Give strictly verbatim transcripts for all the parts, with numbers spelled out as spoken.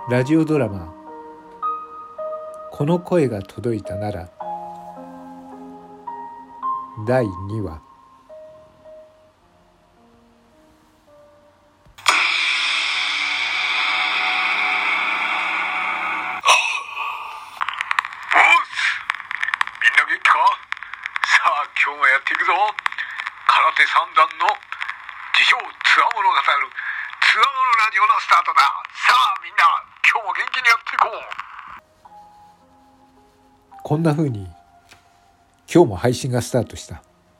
ラジオドラマ「この声が届いたなら」だいにわ。 今日もやっていくぞ。空手三段の自称つわものが語るつわものラジオのスタートだ。さあみんな、今日も元気にやっていこう。こんな風に今日も配信がスタートした。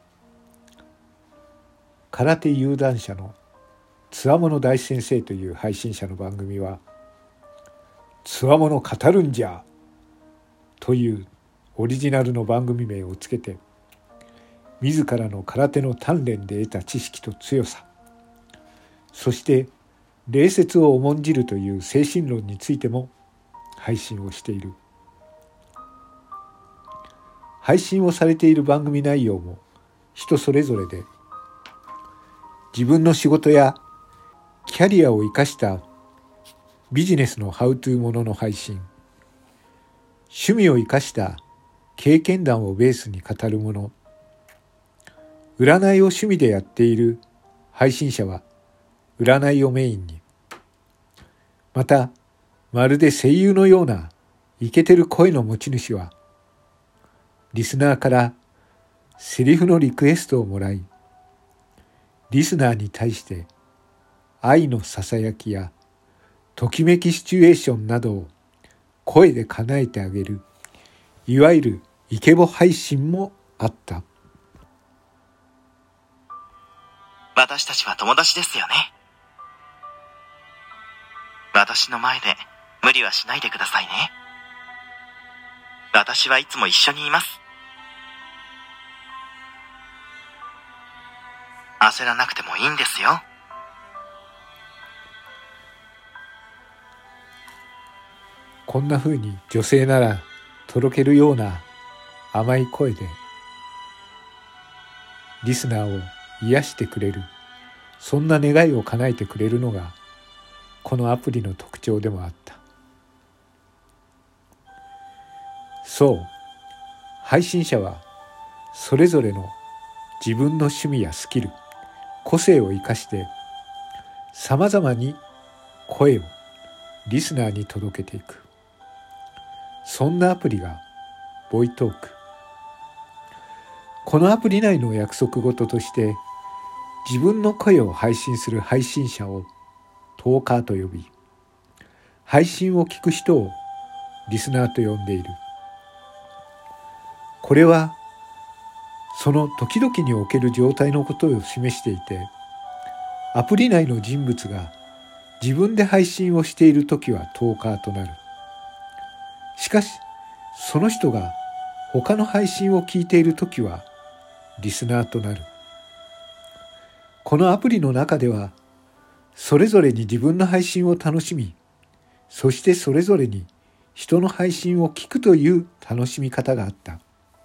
空手有段者のつわもの大先生という配信者の番組は、つわもの語るんじゃというオリジナルの番組名をつけて、自らの空手の鍛錬で得た知識と強さ、そして礼節を重んじるという精神論についても配信をしている。配信をされている番組内容も人それぞれで、自分の仕事やキャリアを生かしたビジネスのハウトゥーものの配信、趣味を生かした経験談をベースに語るもの、占いを趣味でやっている配信者は占いをメインに、またまるで声優のようなイケてる声の持ち主はリスナーからセリフのリクエストをもらい、リスナーに対して愛のささやきやときめきシチュエーションなどを声で叶えてあげる、いわゆるイケボ配信もあった。 私たちは友達ですよね。私の前で無理はしないでくださいね。私はいつも一緒にいます。焦らなくてもいいんですよ。 こんな風に女性ならとろけるような甘い声でリスナーを癒してくれる、そんな願いを叶えてくれるのがこのアプリの特徴でもあった。そう、配信者はそれぞれの自分の趣味やスキル、個性を生かしてさまざまに声をリスナーに届けていく、そんなアプリがボイトーク。このアプリ内の約束事として、自分の声を配信する配信者をトーカーと呼び、配信を聞く人をリスナーと呼んでいる。これはその時々における状態のことを示していて、アプリ内の人物が自分で配信をしているときはトーカーとなる。しかしその人が他の配信を聞いているときはリスナーとなる。このアプリの中ではそれぞれに自分の配信を楽しみ、そしてそれぞれに人の配信を聞くという楽しみ方があった。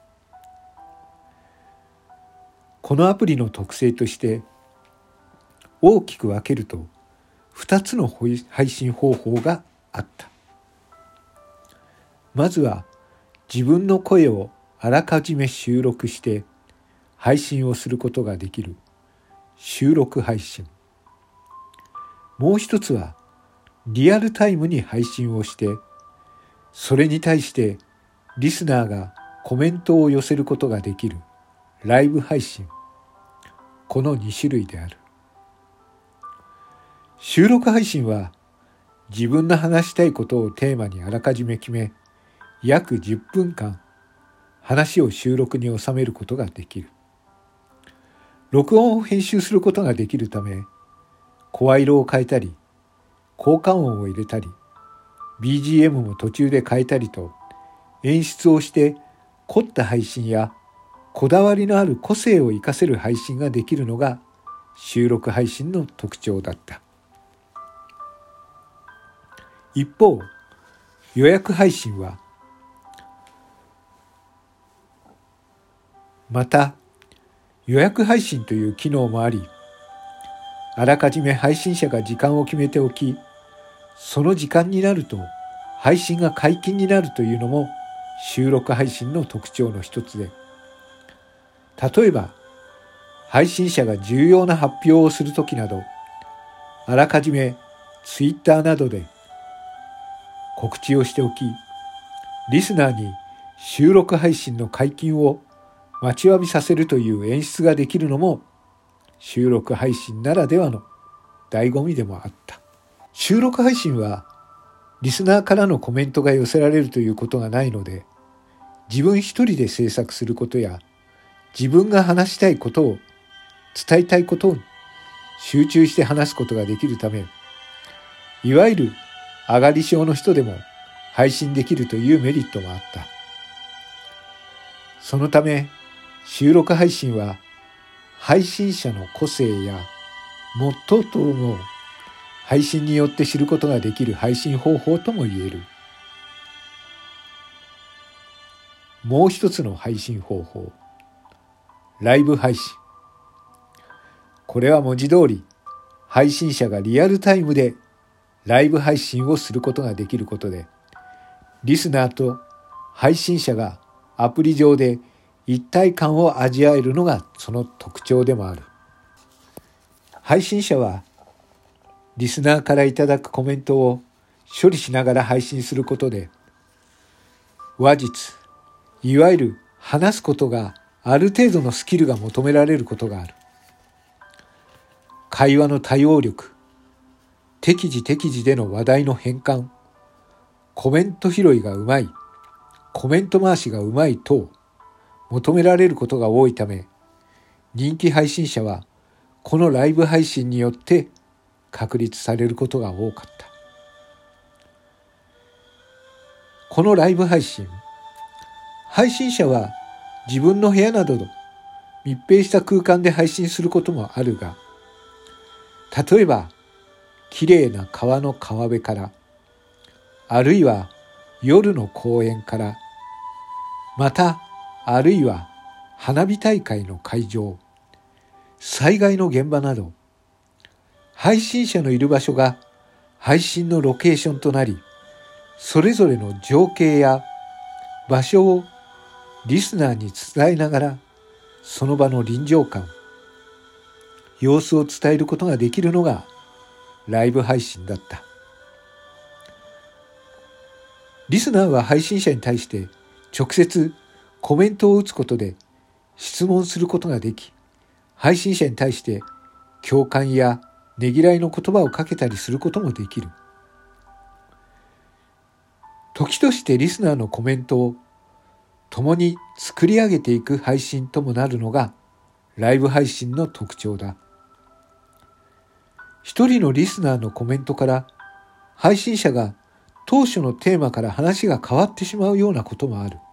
このアプリの特性として大きく分けるとふたつの配信方法があった。まずは自分の声をあらかじめ収録して配信をすることができる収録配信。もう一つはリアルタイムに配信をして、それに対してリスナーがコメントを寄せることができるライブ配信。このに種類である。収録配信は自分の話したいことをテーマにあらかじめ決め、約じゅっぷんかん話を収録に収めることができる。録音を編集することができるため、声色を変えたり、効果音を入れたり、ビージーエム も途中で変えたりと、演出をして凝った配信やこだわりのある個性を生かせる配信ができるのが収録配信の特徴だった。一方、予約配信は、また予約配信という機能もあり、あらかじめ配信者が時間を決めておき、 その時間になると配信が解禁になるというのも収録配信の特徴の一つで、例えば配信者が重要な発表をするときなど、あらかじめツイッターなどで告知をしておき、リスナーに収録配信の解禁を待ちわびさせるという演出ができるのも収録配信ならではの醍醐味でもあった。収録配信はリスナーからのコメントが寄せられるということがないので、自分一人で制作することや自分が話したいことを伝えたいことを集中して話すことができるため、いわゆる上がり症の人でも配信できるというメリットもあった。そのため収録配信は配信者の個性やモットー等を配信によって知ることができる配信方法とも言える。もう一つの配信方法、ライブ配信。これは文字通り配信者がリアルタイムでライブ配信をすることができることで、リスナーと配信者がアプリ上で一体感を味わえるのがその特徴でもある。配信者はリスナーからいただくコメントを処理しながら配信することで、話術、いわゆる話すことがある程度のスキルが求められることがある。会話の対応力、適時適時での話題の変換、コメント拾いがうまい、コメント回しがうまい等、求められることが多いため、人気配信者はこのライブ配信によって確立されることが多かった。このライブ配信、配信者は自分の部屋などの密閉した空間で配信することもあるが、例えばきれいな川の川辺から、あるいは夜の公園から、またあるいは花火大会の会場、災害の現場など、配信者のいる場所が配信のロケーションとなり、それぞれの情景や場所をリスナーに伝えながら、その場の臨場感、様子を伝えることができるのがライブ配信だった。リスナーは配信者に対して直接コメントを打つことで質問することができ、配信者に対して共感やねぎらいの言葉をかけたりすることもできる。時としてリスナーのコメントを共に作り上げていく配信ともなるのがライブ配信の特徴だ。一人のリスナーのコメントから配信者が当初のテーマから話が変わってしまうようなこともある。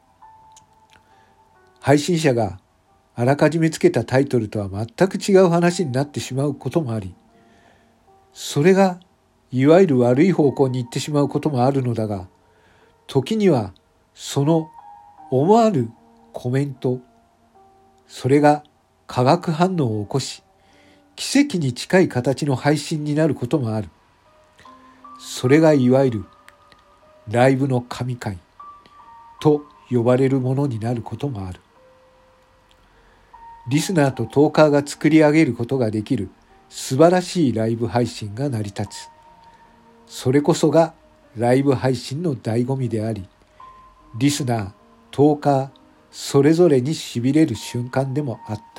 配信者があらかじめつけたタイトルとは全く違う話になってしまうこともあり、それがいわゆる悪い方向に行ってしまうこともあるのだが、時にはその思わぬコメント、それが化学反応を起こし、奇跡に近い形の配信になることもある。それがいわゆるライブの神回と呼ばれるものになることもある。リスナーとトーカーが作り上げることができる素晴らしいライブ配信が成り立つ。それこそがライブ配信の醍醐味であり、リスナー、トーカー、それぞれに痺れる瞬間でもあった。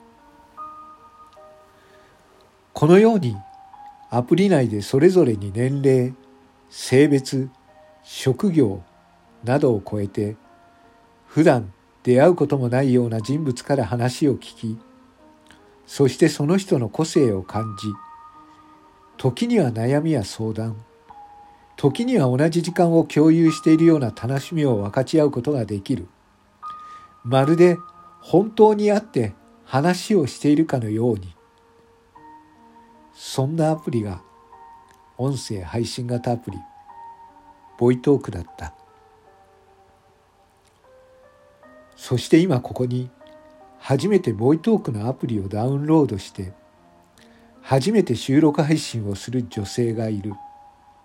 このようにアプリ内でそれぞれに年齢、性別、職業などを超えて、普段出会うこともないような人物から話を聞き、そしてその人の個性を感じ、時には悩みや相談、時には同じ時間を共有しているような楽しみを分かち合うことができる。まるで本当に会って話をしているかのように。そんなアプリが音声配信型アプリ、ボイトークだった。そして今ここに初めてボイトークのアプリをダウンロードして初めて収録配信をする女性がいる。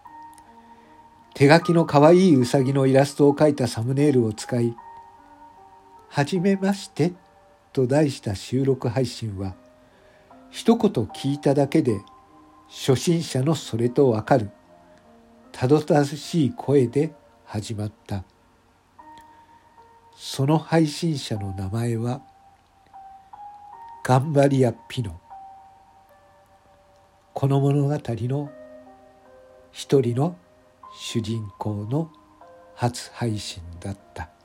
手書きのかわいいうさぎのイラストを描いたサムネイルを使い、はじめましてと題した収録配信は、一言聞いただけで初心者のそれとわかるたどたどしい声で始まった。その配信者の名前はガンバリア・ピノ。この物語の一人の主人公の初配信だった。